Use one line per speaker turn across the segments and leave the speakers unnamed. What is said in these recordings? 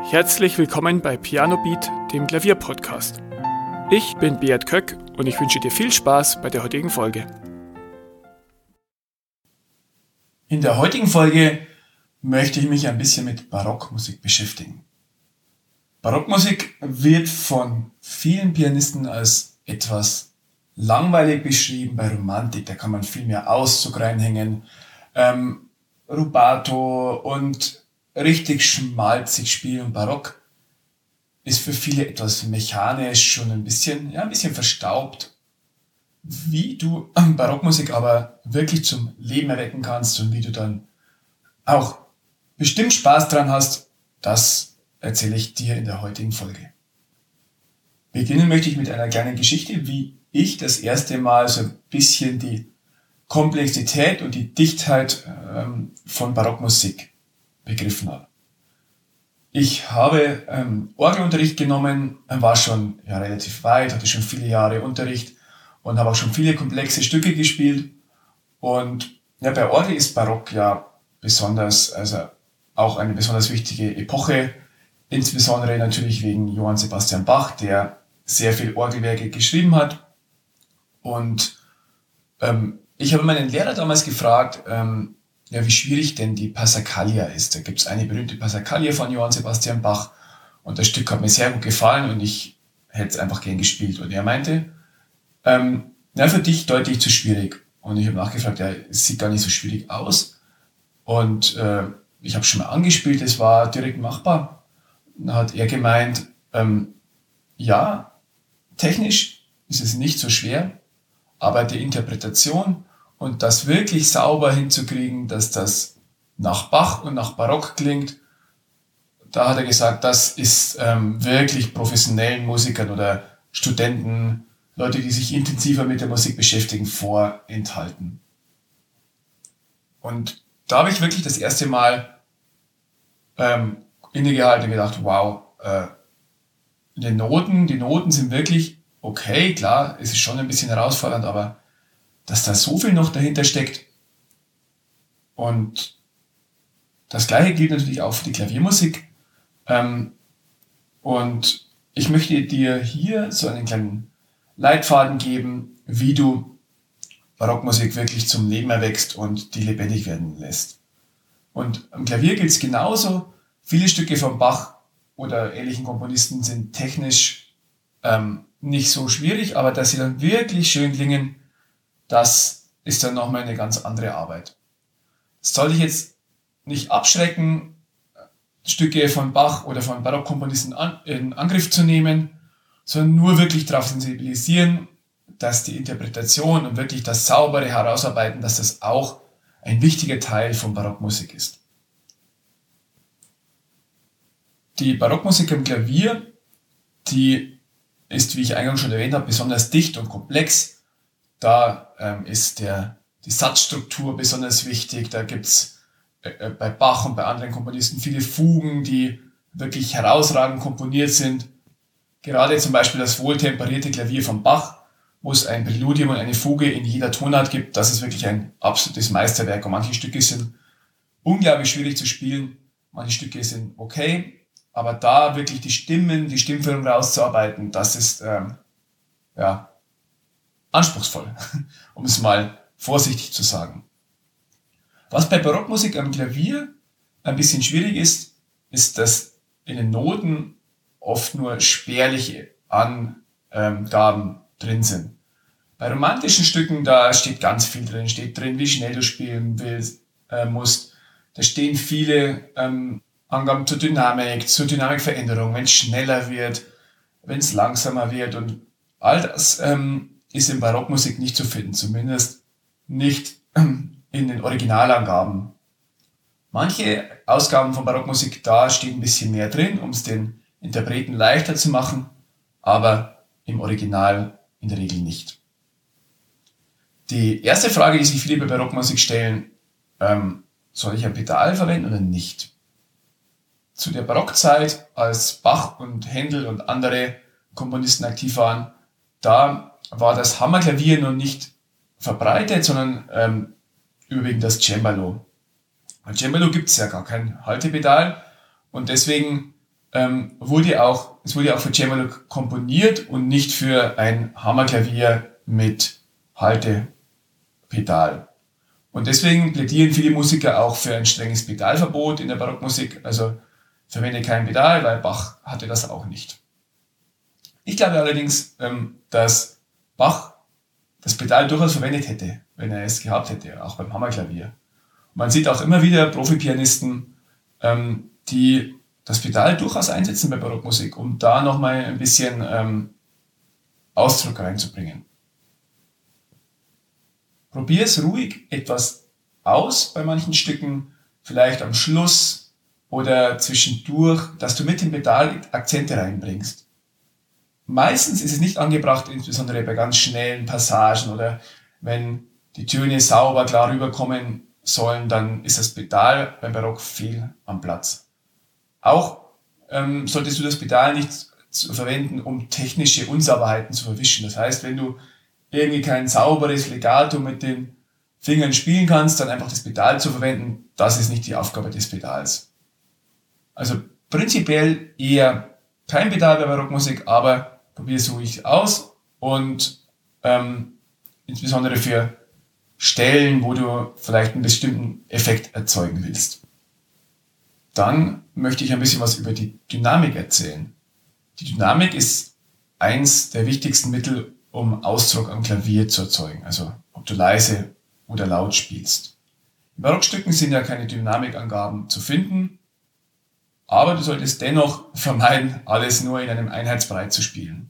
Herzlich willkommen bei Piano Beat, dem Klavierpodcast. Ich bin Beat Köck und ich wünsche dir viel Spaß bei der heutigen Folge.
In der heutigen Folge möchte ich mich ein bisschen mit Barockmusik beschäftigen. Barockmusik wird von vielen Pianisten als etwas langweilig beschrieben. Bei Romantik, da kann man viel mehr Auszug reinhängen, Rubato und richtig schmalzig spielen. Barock ist für viele etwas mechanisch, schon ein bisschen verstaubt. Wie du Barockmusik aber wirklich zum Leben erwecken kannst und wie du dann auch bestimmt Spaß dran hast, das erzähle ich dir in der heutigen Folge. Beginnen möchte ich mit einer kleinen Geschichte, wie ich das erste Mal so ein bisschen die Komplexität und die Dichtheit von Barockmusik begriffen habe. Ich habe Orgelunterricht genommen, war schon relativ weit, hatte schon viele Jahre Unterricht und habe auch schon viele komplexe Stücke gespielt. Und bei Orgel ist Barock ja besonders, also auch eine besonders wichtige Epoche, insbesondere natürlich wegen Johann Sebastian Bach, der sehr viel Orgelwerke geschrieben hat. Und ich habe meinen Lehrer damals gefragt, wie schwierig denn die Passacaglia ist. Da gibt es eine berühmte Passacaglia von Johann Sebastian Bach und das Stück hat mir sehr gut gefallen und ich hätte es einfach gern gespielt. Und er meinte, für dich deutlich zu schwierig. Und ich habe nachgefragt, es sieht gar nicht so schwierig aus. Und ich habe schon mal angespielt, es war direkt machbar. Dann hat er gemeint, technisch ist es nicht so schwer, aber die Interpretation und das wirklich sauber hinzukriegen, dass das nach Bach und nach Barock klingt, da hat er gesagt, das ist wirklich professionellen Musikern oder Studenten, Leute, die sich intensiver mit der Musik beschäftigen, vorenthalten. Und da habe ich wirklich das erste Mal innegehalten und gedacht, wow, die Noten sind wirklich okay, klar, es ist schon ein bisschen herausfordernd, aber dass da so viel noch dahinter steckt. Und das Gleiche gilt natürlich auch für die Klaviermusik. Und ich möchte dir hier so einen kleinen Leitfaden geben, wie du Barockmusik wirklich zum Leben erweckst und die lebendig werden lässt. Und am Klavier gilt es genauso. Viele Stücke von Bach oder ähnlichen Komponisten sind technisch nicht so schwierig, aber dass sie dann wirklich schön klingen, das ist dann nochmal eine ganz andere Arbeit. Das soll dich jetzt nicht abschrecken, Stücke von Bach oder von Barockkomponisten in Angriff zu nehmen, sondern nur wirklich darauf sensibilisieren, dass die Interpretation und wirklich das saubere Herausarbeiten, dass das auch ein wichtiger Teil von Barockmusik ist. Die Barockmusik am Klavier, die ist, wie ich eingangs schon erwähnt habe, besonders dicht und komplex. Da ist die Satzstruktur besonders wichtig. Da gibt's bei Bach und bei anderen Komponisten viele Fugen, die wirklich herausragend komponiert sind. Gerade zum Beispiel das wohltemperierte Klavier von Bach, wo es ein Präludium und eine Fuge in jeder Tonart gibt. Das ist wirklich ein absolutes Meisterwerk. Und manche Stücke sind unglaublich schwierig zu spielen. Manche Stücke sind okay. Aber da wirklich die Stimmführung rauszuarbeiten, das ist anspruchsvoll, um es mal vorsichtig zu sagen. Was bei Barockmusik am Klavier ein bisschen schwierig ist, dass in den Noten oft nur spärliche Angaben drin sind. Bei romantischen Stücken, da steht ganz viel drin, steht drin, wie schnell du spielen musst. Da stehen viele Angaben zur Dynamikveränderung, wenn es schneller wird, wenn es langsamer wird und all das ist in Barockmusik nicht zu finden, zumindest nicht in den Originalangaben. Manche Ausgaben von Barockmusik, da steht ein bisschen mehr drin, um es den Interpreten leichter zu machen, aber im Original in der Regel nicht. Die erste Frage, die sich viele bei Barockmusik stellen, soll ich ein Pedal verwenden oder nicht? Zu der Barockzeit, als Bach und Händel und andere Komponisten aktiv waren, da war das Hammerklavier noch nicht verbreitet, sondern überwiegend das Cembalo. Beim Cembalo gibt es ja gar kein Haltepedal und deswegen es wurde auch für Cembalo komponiert und nicht für ein Hammerklavier mit Haltepedal. Und deswegen plädieren viele Musiker auch für ein strenges Pedalverbot in der Barockmusik. Also verwende kein Pedal, weil Bach hatte das auch nicht. Ich glaube allerdings, dass Bach das Pedal durchaus verwendet hätte, wenn er es gehabt hätte, auch beim Hammerklavier. Und man sieht auch immer wieder Profipianisten, die das Pedal durchaus einsetzen bei Barockmusik, um da nochmal ein bisschen Ausdruck reinzubringen. Probier es ruhig etwas aus bei manchen Stücken, vielleicht am Schluss oder zwischendurch, dass du mit dem Pedal Akzente reinbringst. Meistens ist es nicht angebracht, insbesondere bei ganz schnellen Passagen oder wenn die Töne sauber klar rüberkommen sollen, dann ist das Pedal beim Barock fehl am Platz. Auch solltest du das Pedal nicht verwenden, um technische Unsauberheiten zu verwischen. Das heißt, wenn du irgendwie kein sauberes Legato mit den Fingern spielen kannst, dann einfach das Pedal zu verwenden, das ist nicht die Aufgabe des Pedals. Also prinzipiell eher kein Pedal bei Barockmusik, aber probier es ruhig aus und insbesondere für Stellen, wo du vielleicht einen bestimmten Effekt erzeugen willst. Dann möchte ich ein bisschen was über die Dynamik erzählen. Die Dynamik ist eins der wichtigsten Mittel, um Ausdruck am Klavier zu erzeugen, also ob du leise oder laut spielst. In Barockstücken sind ja keine Dynamikangaben zu finden, aber du solltest dennoch vermeiden, alles nur in einem Einheitsbrei zu spielen.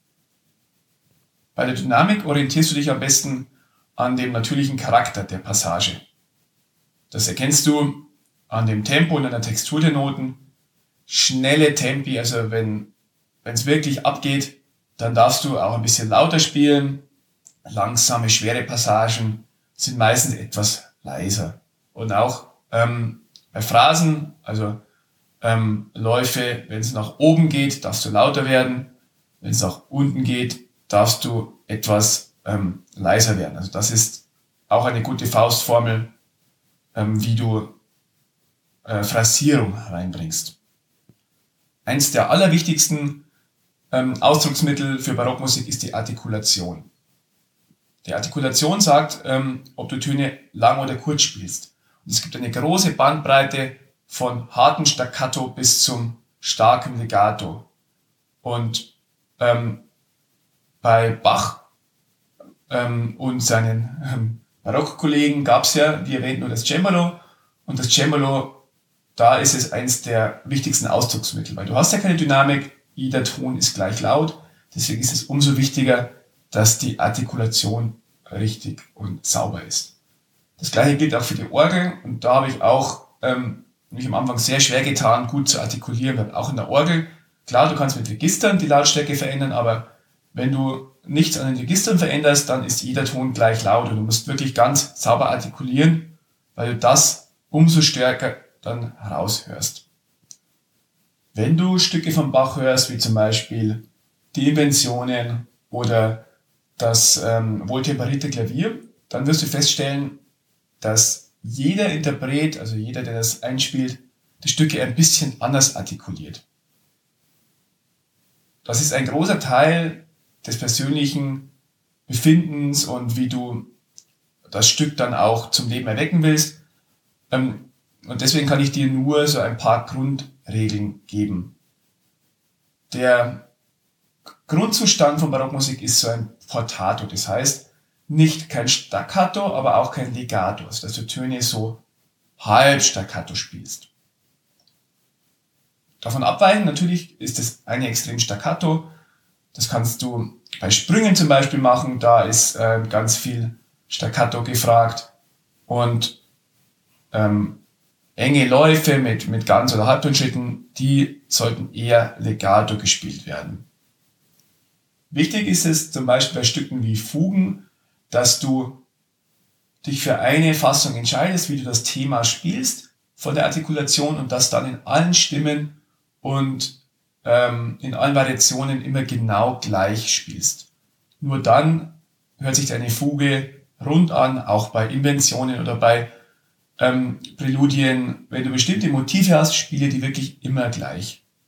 Bei der Dynamik orientierst du dich am besten an dem natürlichen Charakter der Passage. Das erkennst du an dem Tempo und an der Textur der Noten. Schnelle Tempi, also wenn es wirklich abgeht, dann darfst du auch ein bisschen lauter spielen. Langsame, schwere Passagen sind meistens etwas leiser. Und auch bei Phrasen, also Läufe, wenn es nach oben geht, darfst du lauter werden. Wenn es nach unten geht, darfst du etwas leiser werden. Also das ist auch eine gute Faustformel, wie du Phrasierung reinbringst. Eins der allerwichtigsten Ausdrucksmittel für Barockmusik ist die Artikulation. Die Artikulation sagt, ob du Töne lang oder kurz spielst. Und es gibt eine große Bandbreite von harten Staccato bis zum starken Legato. Und bei Bach und seinen Barockkollegen gab es ja, wie erwähnt, nur das Cembalo. Und das Cembalo, da ist es eins der wichtigsten Ausdrucksmittel, weil du hast ja keine Dynamik, jeder Ton ist gleich laut. Deswegen ist es umso wichtiger, dass die Artikulation richtig und sauber ist. Das gleiche gilt auch für die Orgel und da habe ich auch mich am Anfang sehr schwer getan, gut zu artikulieren, weil auch in der Orgel, klar, du kannst mit Registern die Lautstärke verändern, aber wenn du nichts an den Registern veränderst, dann ist jeder Ton gleich laut und du musst wirklich ganz sauber artikulieren, weil du das umso stärker dann heraushörst. Wenn du Stücke von Bach hörst, wie zum Beispiel die Inventionen oder das wohltemperierte Klavier, dann wirst du feststellen, dass jeder Interpret, also jeder, der das einspielt, die Stücke ein bisschen anders artikuliert. Das ist ein großer Teil des persönlichen Befindens und wie du das Stück dann auch zum Leben erwecken willst. Und deswegen kann ich dir nur so ein paar Grundregeln geben. Der Grundzustand von Barockmusik ist so ein Portato, das heißt nicht kein Staccato, aber auch kein Legato, also dass du Töne so halb Staccato spielst. Davon abweichen natürlich ist das eine Extrem Staccato. Das kannst du bei Sprüngen zum Beispiel machen, da ist ganz viel Staccato gefragt und enge Läufe mit Ganz- oder Halbtonschritten, die sollten eher legato gespielt werden. Wichtig ist es zum Beispiel bei Stücken wie Fugen, dass du dich für eine Fassung entscheidest, wie du das Thema spielst von der Artikulation und das dann in allen Stimmen und in allen Variationen immer genau gleich spielst. Nur dann hört sich deine Fuge rund an, auch bei Inventionen oder bei Präludien. Wenn du bestimmte Motive hast, spiele die wirklich immer gleich.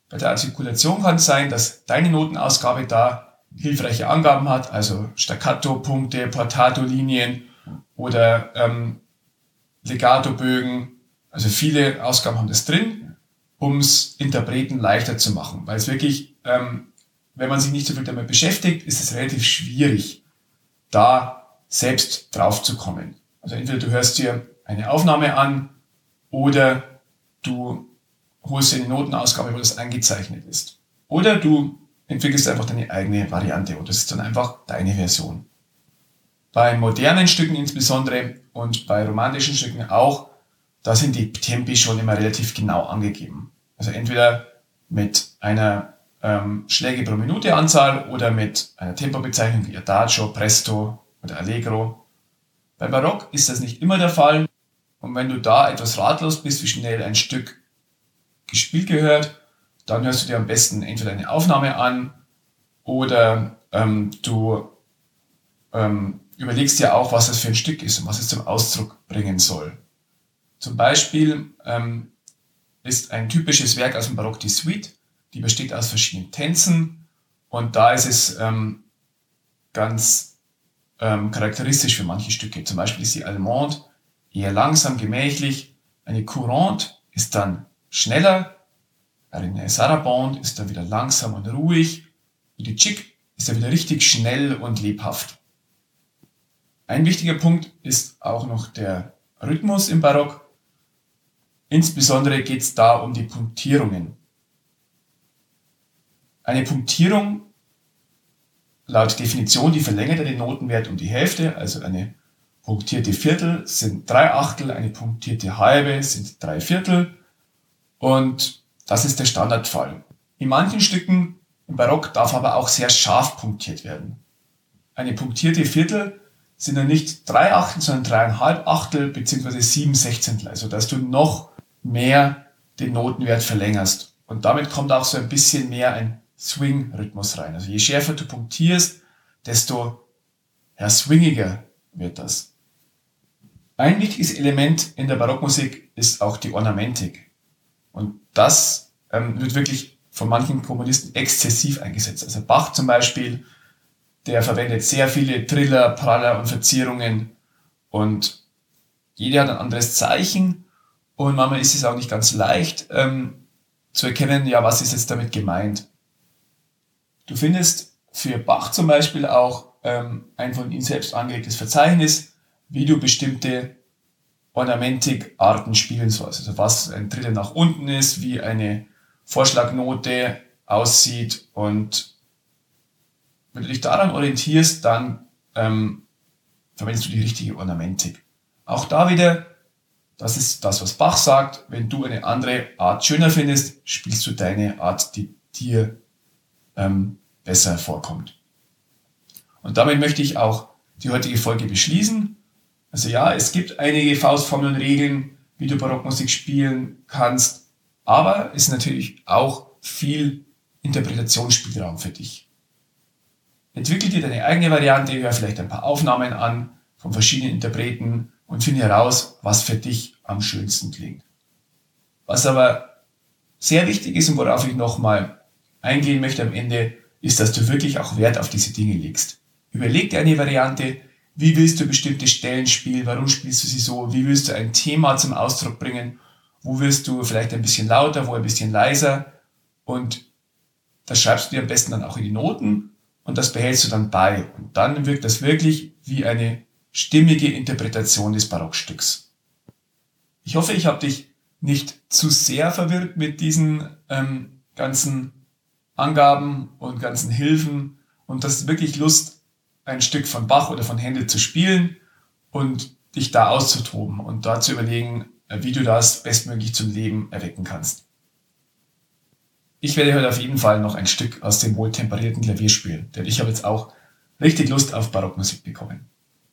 Bei der Artikulation kann es sein, dass deine Notenausgabe da hilfreiche Angaben hat, also Staccato-Punkte, Portato-Linien oder Legato-Bögen. Also viele Ausgaben haben das drin, um es Interpreten leichter zu machen. Weil es wirklich, wenn man sich nicht so viel damit beschäftigt, ist es relativ schwierig, da selbst drauf zu kommen. Also entweder du hörst dir eine Aufnahme an oder du holst dir eine Notenausgabe, wo das eingezeichnet ist. Oder du entwickelst einfach deine eigene Variante und das ist dann einfach deine Version. Bei modernen Stücken insbesondere und bei romantischen Stücken auch, da sind die Tempi schon immer relativ genau angegeben. Also entweder mit einer Schläge pro Minute Anzahl oder mit einer Tempobezeichnung wie Adagio, Presto oder Allegro. Bei Barock ist das nicht immer der Fall. Und wenn du da etwas ratlos bist, wie schnell ein Stück gespielt gehört, dann hörst du dir am besten entweder eine Aufnahme an oder du überlegst dir auch, was das für ein Stück ist und was es zum Ausdruck bringen soll. Zum Beispiel ist ein typisches Werk aus dem Barock die Suite, die besteht aus verschiedenen Tänzen und da ist es ganz charakteristisch für manche Stücke. Zum Beispiel ist die Allemande eher langsam, gemächlich, eine Courante ist dann schneller, eine Sarabande ist dann wieder langsam und ruhig und die Chic ist dann wieder richtig schnell und lebhaft. Ein wichtiger Punkt ist auch noch der Rhythmus im Barock. Insbesondere geht es da um die Punktierungen. Eine Punktierung, laut Definition, die verlängert den Notenwert um die Hälfte, also eine punktierte Viertel sind 3/8, eine punktierte Halbe sind 3/4 und das ist der Standardfall. In manchen Stücken im Barock darf aber auch sehr scharf punktiert werden. Eine punktierte Viertel sind dann nicht 3/8, sondern 3,5 bzw. 7/16, also dass du noch mehr den Notenwert verlängerst. Und damit kommt auch so ein bisschen mehr ein Swing-Rhythmus rein. Also je schärfer du punktierst, desto swingiger wird das. Ein wichtiges Element in der Barockmusik ist auch die Ornamentik. Und das wird wirklich von manchen Komponisten exzessiv eingesetzt. Also Bach zum Beispiel, der verwendet sehr viele Triller, Praller und Verzierungen und jeder hat ein anderes Zeichen und manchmal ist es auch nicht ganz leicht zu erkennen, ja, was ist jetzt damit gemeint. Du findest für Bach zum Beispiel auch ein von ihm selbst angelegtes Verzeichnis, wie du bestimmte Ornamentikarten spielen sollst. Also was ein Triller nach unten ist, wie eine Vorschlagnote aussieht und wenn du dich daran orientierst, dann verwendest du die richtige Ornamentik. Auch da wieder, das ist das, was Bach sagt, wenn du eine andere Art schöner findest, spielst du deine Art, die dir besser vorkommt. Und damit möchte ich auch die heutige Folge beschließen. Also ja, es gibt einige Faustformeln und Regeln, wie du Barockmusik spielen kannst, aber es ist natürlich auch viel Interpretationsspielraum für dich. Entwickel dir deine eigene Variante, hör vielleicht ein paar Aufnahmen an von verschiedenen Interpreten und finde heraus, was für dich am schönsten klingt. Was aber sehr wichtig ist und worauf ich nochmal eingehen möchte am Ende, ist, dass du wirklich auch Wert auf diese Dinge legst. Überleg dir eine Variante, wie willst du bestimmte Stellen spielen, warum spielst du sie so, wie willst du ein Thema zum Ausdruck bringen, wo willst du vielleicht ein bisschen lauter, wo ein bisschen leiser und das schreibst du dir am besten dann auch in die Noten und das behältst du dann bei und dann wirkt das wirklich wie eine stimmige Interpretation des Barockstücks. Ich hoffe, ich habe dich nicht zu sehr verwirrt mit diesen ganzen Angaben und ganzen Hilfen und das ist wirklich Lust, ein Stück von Bach oder von Händel zu spielen und dich da auszutoben und da zu überlegen, wie du das bestmöglich zum Leben erwecken kannst. Ich werde heute auf jeden Fall noch ein Stück aus dem wohltemperierten Klavier spielen, denn ich habe jetzt auch richtig Lust auf Barockmusik bekommen.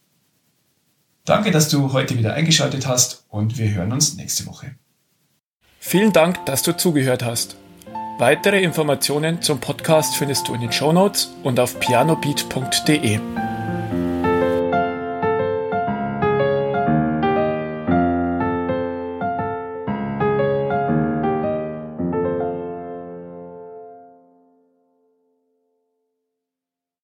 Danke, dass du heute wieder eingeschaltet hast und wir hören uns nächste Woche.
Vielen Dank, dass du zugehört hast. Weitere Informationen zum Podcast findest du in den Shownotes und auf pianobeat.de.